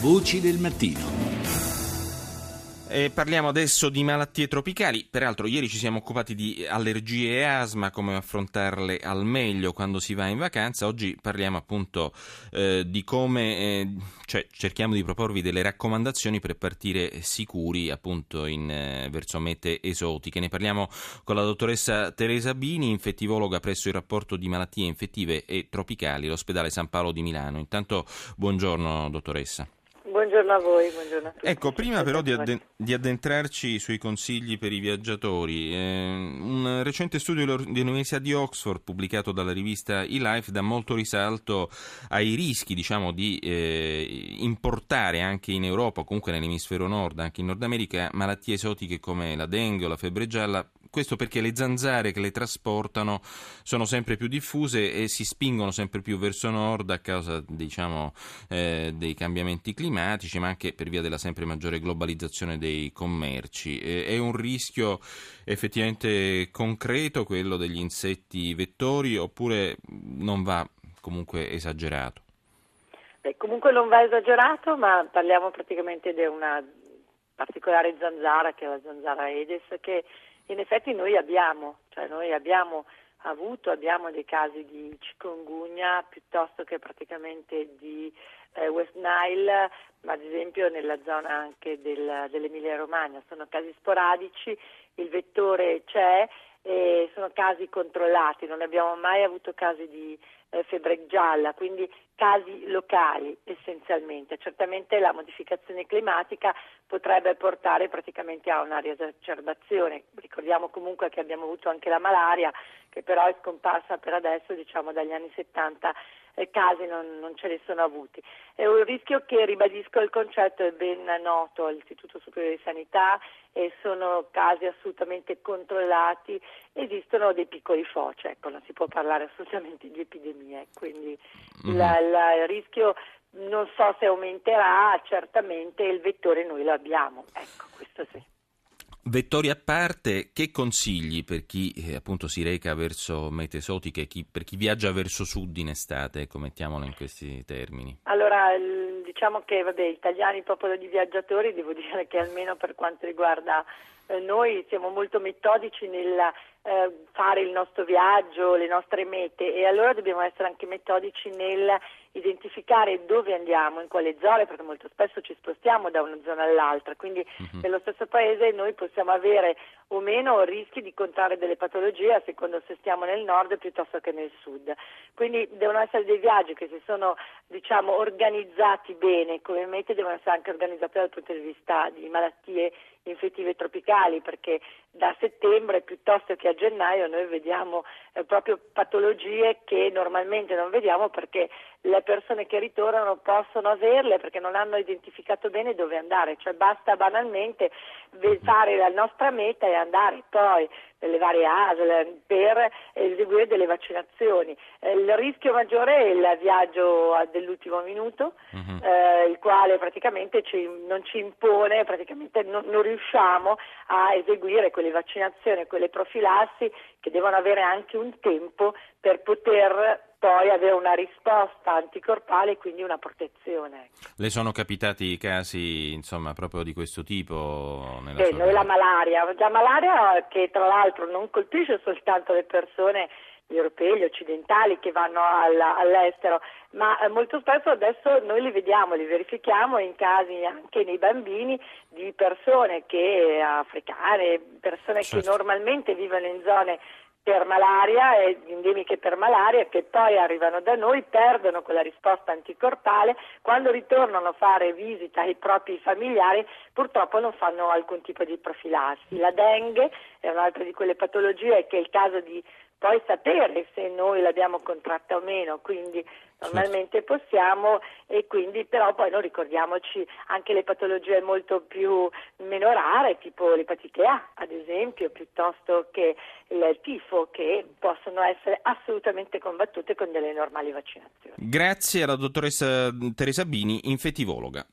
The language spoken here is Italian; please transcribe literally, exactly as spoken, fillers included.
Voci del mattino. Eh, parliamo adesso di malattie tropicali. Peraltro ieri ci siamo occupati di allergie e asma, come affrontarle al meglio quando si va in vacanza. Oggi parliamo appunto eh, di come, eh, cioè cerchiamo di proporvi delle raccomandazioni per partire sicuri appunto in, eh, verso mete esotiche. Ne parliamo con la dottoressa Teresa Bini, infettivologa presso il rapporto di malattie infettive e tropicali, l'ospedale San Paolo di Milano. Intanto buongiorno dottoressa. Buongiorno a voi, buongiorno a tutti. Ecco, prima però di, adden- di addentrarci sui consigli per i viaggiatori, eh, un recente studio dell'Università di Oxford pubblicato dalla rivista eLife dà molto risalto ai rischi, diciamo, di eh, importare anche in Europa, o comunque nell'emisfero nord, anche in Nord America, malattie esotiche come la dengue o la febbre gialla. Questo perché le zanzare che le trasportano sono sempre più diffuse e si spingono sempre più verso nord a causa, diciamo, eh, dei cambiamenti climatici, ma anche per via della sempre maggiore globalizzazione dei commerci. Eh, è un rischio effettivamente concreto quello degli insetti vettori, oppure non va comunque esagerato? Beh, comunque non va esagerato, ma parliamo praticamente di una particolare zanzara, che è la zanzara Aedes, che in effetti noi abbiamo, cioè noi abbiamo avuto, abbiamo dei casi di chikungunya piuttosto che praticamente di eh, West Nile, ma ad esempio nella zona anche del, dell'Emilia Romagna. Sono casi sporadici, il vettore c'è e sono casi controllati, non abbiamo mai avuto casi di eh, febbre gialla, quindi casi locali essenzialmente. Certamente la modificazione climatica potrebbe portare praticamente a una esacerbazione. Ricordiamo comunque che abbiamo avuto anche la malaria, che però è scomparsa per adesso, diciamo dagli anni settanta, eh, casi non, non ce ne sono avuti. È un rischio che, ribadisco il concetto, è ben noto all'Istituto Superiore di Sanità e sono casi assolutamente controllati. Esistono dei piccoli foci, ecco, non si può parlare assolutamente di epidemie, quindi mm-hmm. la, la, il rischio non so se aumenterà, certamente il vettore noi lo abbiamo, ecco, questo sì. Vettori a parte, che consigli per chi eh, appunto si reca verso mete esotiche, chi, per chi viaggia verso sud in estate, ecco, mettiamolo in questi termini? Allora, diciamo che vabbè, italiani, popolo di viaggiatori, devo dire che almeno per quanto riguarda eh, noi siamo molto metodici nel eh, fare il nostro viaggio, le nostre mete, e allora dobbiamo essere anche metodici nel identificare dove andiamo, in quale zone, perché molto spesso ci spostiamo da una zona all'altra, quindi uh-huh. nello stesso paese noi possiamo avere o meno rischi di contrarre delle patologie a seconda se stiamo nel nord piuttosto che nel sud. Quindi devono essere dei viaggi che si sono, diciamo, organizzati bene, come mete devono essere anche organizzati dal punto di vista di malattie infettive tropicali, perché da settembre piuttosto che a gennaio noi vediamo eh, proprio patologie che normalmente non vediamo, perché le persone che ritornano possono averle perché non hanno identificato bene dove andare, cioè basta banalmente fare la nostra meta e andare poi nelle varie A S L per eseguire delle vaccinazioni. Eh, il rischio maggiore è il viaggio dell'ultimo minuto, uh-huh. eh, il quale praticamente ci, non ci impone, praticamente non, non riusciamo a eseguire quelle vaccinazioni, quelle profilassi che devono avere anche un tempo per poter poi avere una risposta anticorpale e quindi una protezione. Le sono capitati casi, insomma, proprio di questo tipo? Nella Beh, sua noi la malaria, la malaria che tra l'altro non colpisce soltanto le persone, gli europei, gli occidentali che vanno alla, all'estero, ma eh, molto spesso adesso noi li vediamo, li verifichiamo in casi anche nei bambini di persone che africane, persone certo. che normalmente vivono in zone per malaria e endemiche per malaria, che poi arrivano da noi, perdono quella risposta anticorpale, quando ritornano a fare visita ai propri familiari purtroppo non fanno alcun tipo di profilassi. La dengue è un'altra di quelle patologie che è il caso di poi sapere se noi l'abbiamo contratta o meno, quindi normalmente possiamo, e quindi però poi non ricordiamoci anche le patologie molto più meno rare, tipo l'epatite A ad esempio, piuttosto che il tifo, che possono essere assolutamente combattute con delle normali vaccinazioni. Grazie alla dottoressa Teresa Bini, infettivologa.